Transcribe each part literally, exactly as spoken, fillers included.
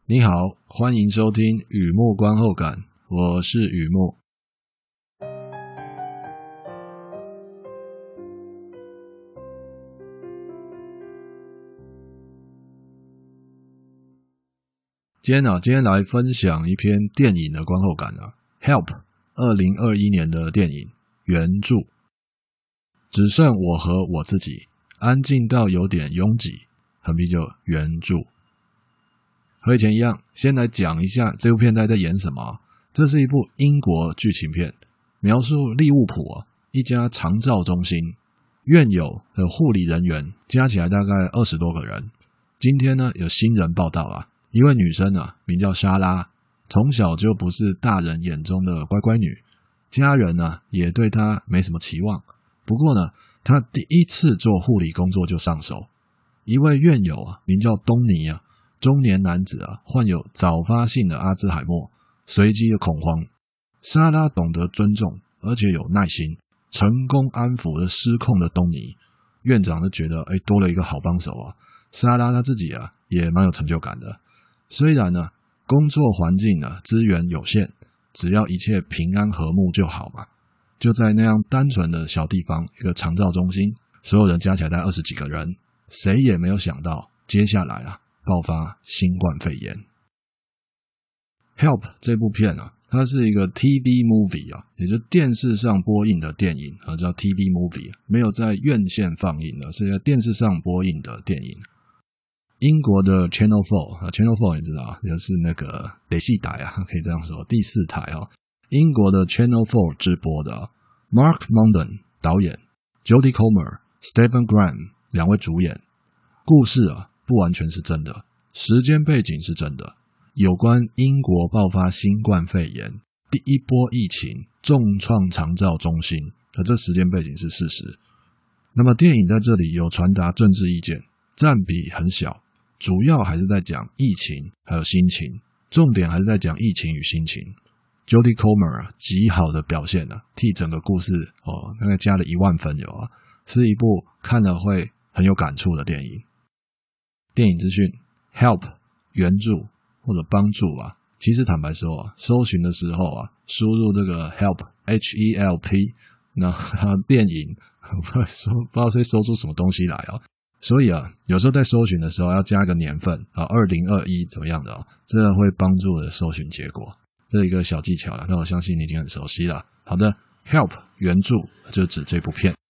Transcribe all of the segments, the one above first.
你好，欢迎收听雨幕观后感，我是雨幕。今天啊，今天来分享一篇电影的观后感啊 ，Help 二零二一年的电影原著。只剩我和我自己，安静到有点拥挤，横批就原著。和以前一样，先来讲一下这部片在演什么。这是一部英国剧情片，描述利物浦啊一家长照中心院友的护理人员加起来大概二十多个人。今天呢有新人报道啊，一位女生啊名叫莎拉，从小就不是大人眼中的乖乖女，家人呢也对她没什么期望。不过呢，她第一次做护理工作就上手。一位院友啊名叫东尼啊。中年男子啊，患有早发性的阿兹海默，随机的恐慌。莎拉懂得尊重，而且有耐心，成功安抚了失控的东尼。院长就觉得，哎，多了一个好帮手啊。莎拉他自己啊，也蛮有成就感的。虽然呢，工作环境呢资源有限，只要一切平安和睦就好嘛。就在那样单纯的小地方，一个长照中心，所有人加起来大概二十几个人，谁也没有想到，接下来啊。爆发新冠肺炎。Help 这部片啊，它是一个 T V movie 啊，也就是电视上播映的电影啊，叫 T V movie， 没有在院线放映的，是在电视上播映的电影。英国的 Channel 四啊 ，Channel 四你知道啊，就是那个第四台啊，可以这样说，第四台啊，英国的 Channel 四直播的、啊、Mark Monden 导演 ，Jodie Comer、Stephen Graham 两位主演。故事啊。不完全是真的，时间背景是真的。有关英国爆发新冠肺炎第一波疫情重创长照中心，而这时间背景是事实。那么电影在这里有传达政治意见，占比很小，主要还是在讲疫情还有心情，重点还是在讲疫情与心情。Jodie Comer 啊，极好的表现啊，替整个故事哦，大概加了一万分有啊，是一部看了会很有感触的电影。电影资讯 Help 援助或者帮助啊，其实坦白说啊，搜寻的时候啊，输入这个 Help H E L P， 那电影不知道会搜出什么东西来啊。所以啊，有时候在搜寻的时候要加个年份啊，二零二一怎么样的啊，这会帮助我的搜寻结果。这是一个小技巧了，那我相信你已经很熟悉了。好的 ，Help 援助就指这部片。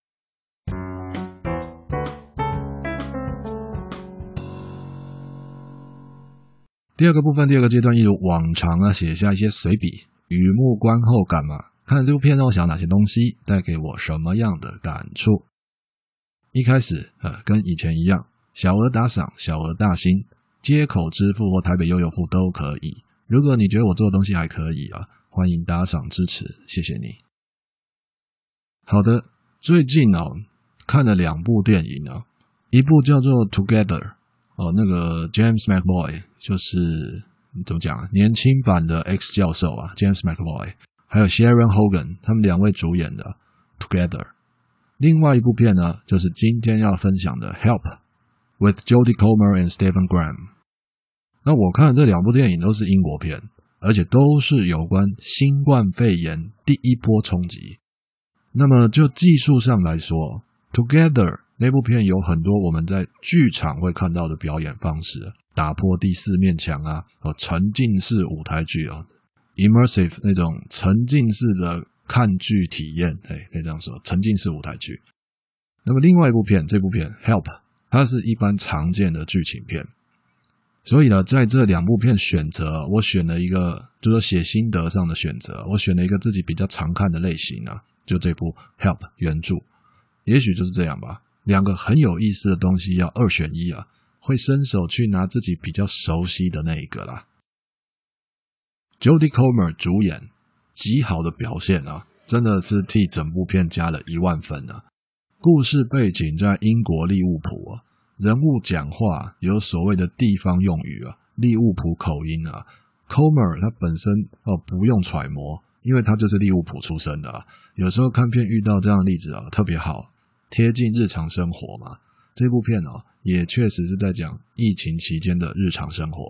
第二个部分，第二个阶段，一如往常啊，写下一些随笔，雨幕观后感嘛。看这部片让我想哪些东西，带给我什么样的感触。一开始呃，跟以前一样，小额打赏，小额大新，街口支付或台北悠游付都可以。如果你觉得我做的东西还可以啊，欢迎打赏支持，谢谢你。好的，最近啊，看了两部电影啊，一部叫做 Together。哦，那个 James McAvoy 就是怎么讲啊？年轻版的 X 教授啊 ，James McAvoy， 还有 Sharon Hogan 他们两位主演的 Together。另外一部片呢，就是今天要分享的 Help with Jodie Comer and Stephen Graham。那我看的这两部电影都是英国片，而且都是有关新冠肺炎第一波冲击。那么就技术上来说 ，Together。那部片有很多我们在剧场会看到的表演方式，打破第四面墙啊，沉浸式舞台剧啊 ，immersive 那种沉浸式的看剧体验，哎，可以这样说，沉浸式舞台剧。那么另外一部片，这部片 Help， 它是一般常见的剧情片，所以呢，在这两部片选择，我选了一个，就是说写心得上的选择，我选了一个自己比较常看的类型啊，就这部 Help 原著，也许就是这样吧。两个很有意思的东西要二选一啊，会伸手去拿自己比较熟悉的那一个啦。Jodie Comer 主演，极好的表现啊，真的是替整部片加了一万分啊。故事背景在英国利物浦啊，人物讲话有所谓的地方用语啊，利物浦口音啊。Comer 他本身哦不用揣摩，因为他就是利物浦出身的啊。有时候看片遇到这样的例子啊，特别好。贴近日常生活嘛，这部片哦也确实是在讲疫情期间的日常生活，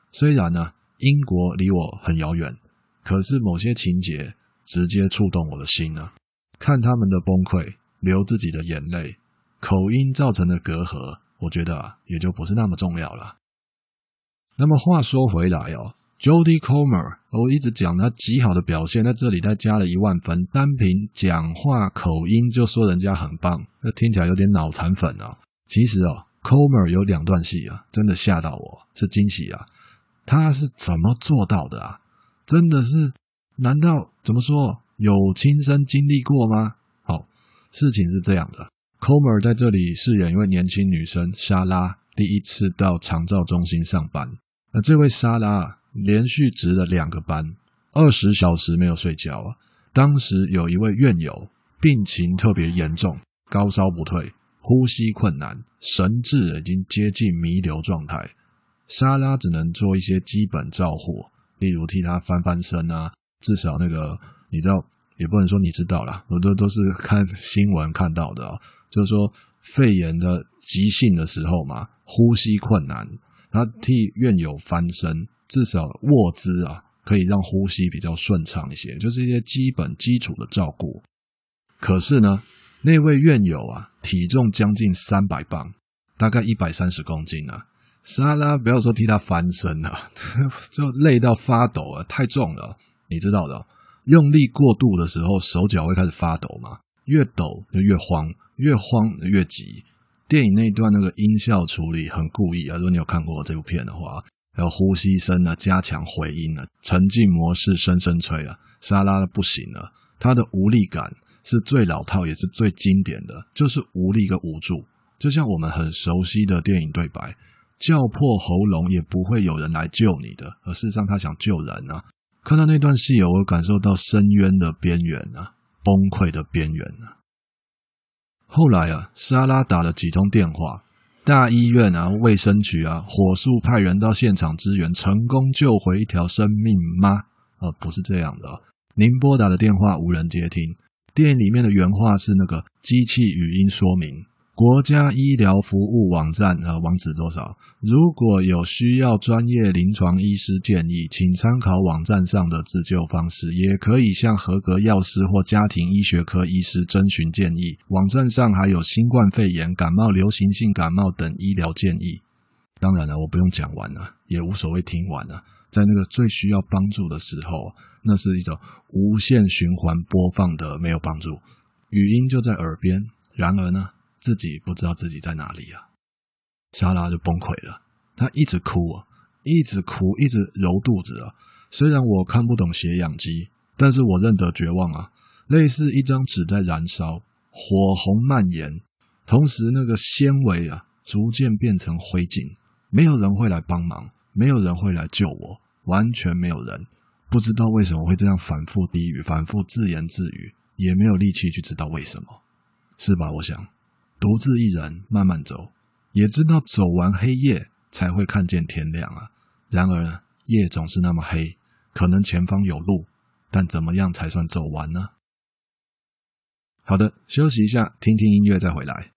虽然呢、啊，英国离我很遥远，可是某些情节直接触动我的心啊。看他们的崩溃，流自己的眼泪，口音造成的隔阂，我觉得啊，也就不是那么重要了。那么话说回来哦 ，Jodie Comer， 我一直讲他极好的表现，在这里他加了一万分，单凭讲话口音就说人家很棒，那听起来有点脑残粉啊。其实哦 ，Comer 有两段戏啊，真的吓到我，是惊喜啊。他是怎么做到的啊？真的是，难道怎么说有亲身经历过吗？好，事情是这样的 ，Comer 在这里饰演一位年轻女生莎拉，第一次到长照中心上班。那这位莎拉连续值了两个班，二十小时没有睡觉啊。当时有一位院友病情特别严重，高烧不退，呼吸困难，神志已经接近弥留状态。莎拉只能做一些基本照护，例如替他翻翻身啊，至少那个你知道，也不能说你知道啦，我都都是看新闻看到的啊，就是说肺炎的急性的时候嘛，呼吸困难。他替院友翻身，至少卧姿啊，可以让呼吸比较顺畅一些，就是一些基本基础的照顾。可是呢，那位院友啊，体重将近三百磅，大概一百三十公斤啊。莎拉不要说替他翻身啊，就累到发抖啊，太重了。你知道的，用力过度的时候，手脚会开始发抖嘛，越抖就越慌，越慌越急。电影那一段那个音效处理很故意啊，如果你有看过这部片的话，还有呼吸声啊，加强回音啊，沉浸模式深深吹啊，莎拉不行了，她的无力感是最老套也是最经典的，就是无力跟无助，就像我们很熟悉的电影对白，叫破喉咙也不会有人来救你的，而事实上他想救人啊。看到那段戏我感受到深渊的边缘啊，崩溃的边缘啊。后来啊，莎拉打了几通电话，大医院啊、卫生局啊，火速派人到现场支援，成功救回一条生命吗？呃，不是这样的、哦。您拨打的电话无人接听。电影里面的原话是那个机器语音说明。国家医疗服务网站呃，网址多少？如果有需要专业临床医师建议，请参考网站上的自救方式，也可以向合格药师或家庭医学科医师征询建议。网站上还有新冠肺炎、感冒、流行性感冒等医疗建议。当然了，我不用讲完了，也无所谓听完了。在那个最需要帮助的时候，那是一种无限循环播放的没有帮助，语音就在耳边，然而呢自己不知道自己在哪里啊。莎拉就崩溃了，她一直哭啊，一直哭，一直揉肚子啊。虽然我看不懂血氧机，但是我认得绝望啊，类似一张纸在燃烧，火红蔓延，同时那个纤维啊逐渐变成灰烬，没有人会来帮忙，没有人会来救我，完全没有人。不知道为什么会这样反复低语，反复自言自语，也没有力气去知道为什么，是吧？我想独自一人慢慢走，也知道走完黑夜才会看见天亮啊。然而夜总是那么黑，可能前方有路，但怎么样才算走完呢？好的，休息一下，听听音乐再回来。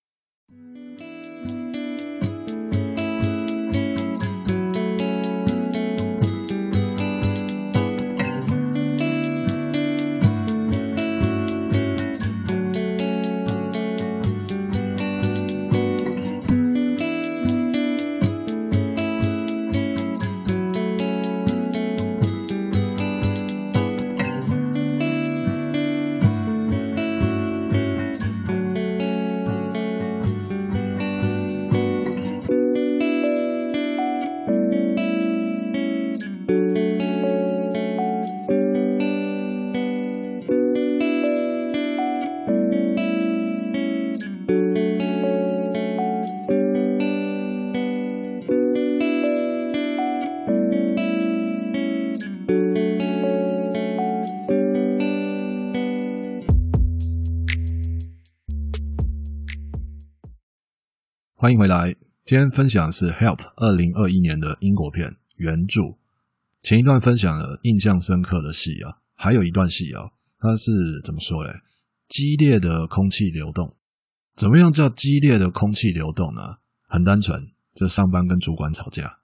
欢迎回来，今天分享的是 Help 二零二一年的英国片原著。前一段分享了印象深刻的戏啊，还有一段戏啊，它是怎么说嘞？激烈的空气流动。怎么样叫激烈的空气流动呢？很单纯，就上班跟主管吵架。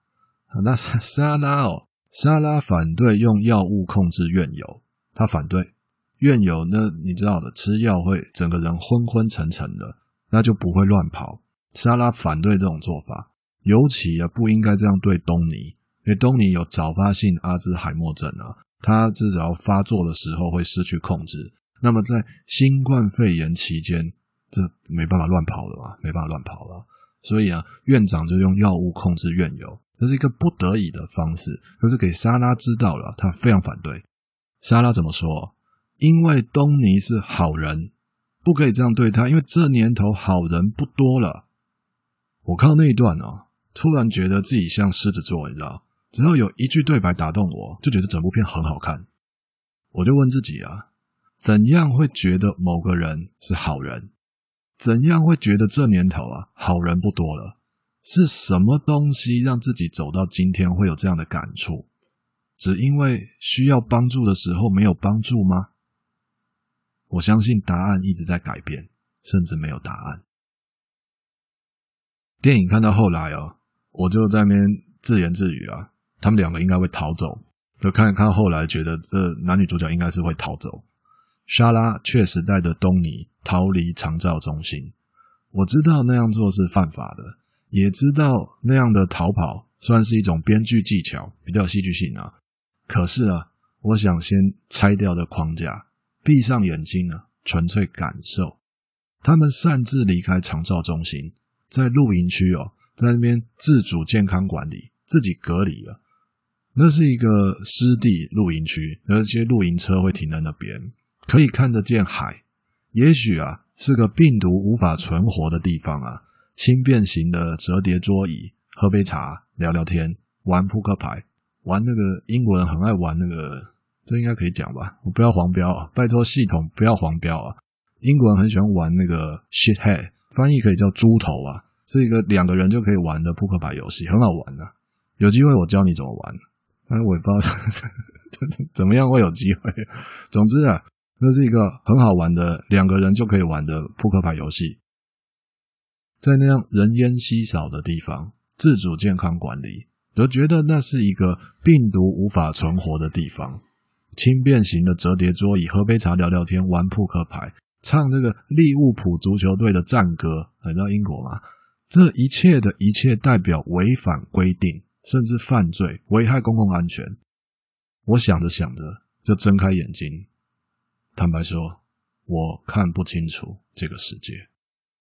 那莎拉哦，莎拉反对用药物控制怨尤，他反对怨尤呢，你知道的，吃药会整个人昏昏沉沉的，那就不会乱跑。莎拉反对这种做法，尤其啊不应该这样对东尼，因为东尼有早发性阿兹海默症啊，他至少发作的时候会失去控制。那么在新冠肺炎期间，这没办法乱跑了嘛，没办法乱跑了。所以啊，院长就用药物控制怨尤，这是一个不得已的方式，可是给莎拉知道了，他非常反对。莎拉怎么说？因为东尼是好人，不可以这样对他，因为这年头好人不多了。我看到那一段哦，突然觉得自己像狮子座，你知道，只要有一句对白打动我，就觉得整部片很好看。我就问自己啊，怎样会觉得某个人是好人？怎样会觉得这年头啊好人不多了？是什么东西让自己走到今天会有这样的感触？只因为需要帮助的时候没有帮助吗？我相信答案一直在改变，甚至没有答案。电影看到后来哦，我就在那边自言自语啊，他们两个应该会逃走。就看看后来觉得这男女主角应该是会逃走。莎拉确实带着东尼逃离长照中心，我知道那样做是犯法的，也知道那样的逃跑算是一种编剧技巧，比较有戏剧性啊。可是啊，我想先拆掉的框架，闭上眼睛啊，纯粹感受。他们擅自离开长照中心，在露营区哦，在那边自主健康管理，自己隔离了。那是一个湿地露营区，而且露营车会停在那边，可以看得见海。也许啊，是个病毒无法存活的地方啊。轻便型的折叠桌椅，喝杯茶，聊聊天，玩扑克牌，玩那个英国人很爱玩那个，这应该可以讲吧？我不要黄标啊，拜托系统不要黄标啊！英国人很喜欢玩那个 shithead， 翻译可以叫猪头啊，是一个两个人就可以玩的扑克牌游戏，很好玩啊。有机会我教你怎么玩，但是我也不知道怎么样会有机会。总之啊，那是一个很好玩的两个人就可以玩的扑克牌游戏。在那样人烟稀少的地方，自主健康管理，我觉得那是一个病毒无法存活的地方。轻便型的折叠桌椅，喝杯茶聊聊天，玩扑克牌，唱这个利物浦足球队的战歌，你知道英国吗？这一切的一切代表违反规定，甚至犯罪，危害公共安全。我想着想着就睁开眼睛，坦白说，我看不清楚这个世界。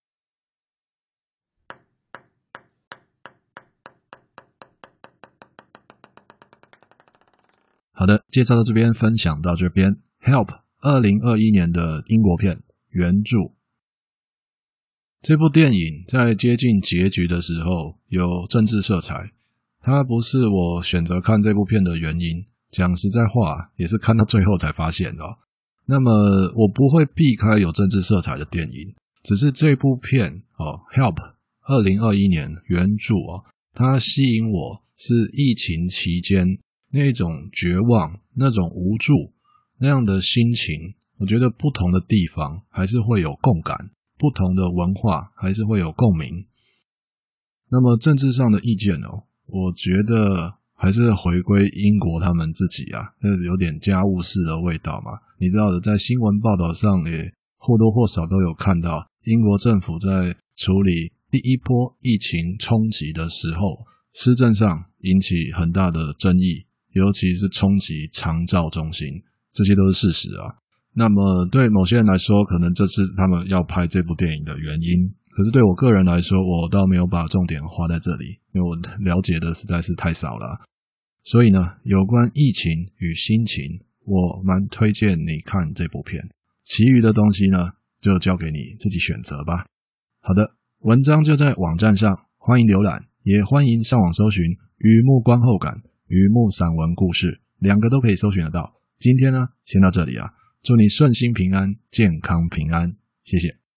好的，介绍到这边，分享到这边。Help 二零二一年的英国片原著。这部电影在接近结局的时候有政治色彩，它不是我选择看这部片的原因，讲实在话也是看到最后才发现的哦。那么我不会避开有政治色彩的电影，只是这部片哦 Help 二零二一年原著哦，它吸引我是疫情期间那种绝望，那种无助，那样的心情，我觉得不同的地方还是会有共感，不同的文化还是会有共鸣。那么政治上的意见哦，我觉得还是回归英国他们自己啊，有点家务事的味道嘛。你知道的，在新闻报道上也或多或少都有看到，英国政府在处理第一波疫情冲击的时候，施政上引起很大的争议，尤其是冲击长照中心，这些都是事实啊。那么对某些人来说，可能这是他们要拍这部电影的原因，可是对我个人来说，我倒没有把重点花在这里，因为我了解的实在是太少了。所以呢，有关疫情与心情，我蛮推荐你看这部片，其余的东西呢，就交给你自己选择吧。好的，文章就在网站上，欢迎浏览，也欢迎上网搜寻雨幕观后感、雨幕散文故事，两个都可以搜寻得到。今天呢，先到这里啊，祝你顺心平安，健康平安，谢谢。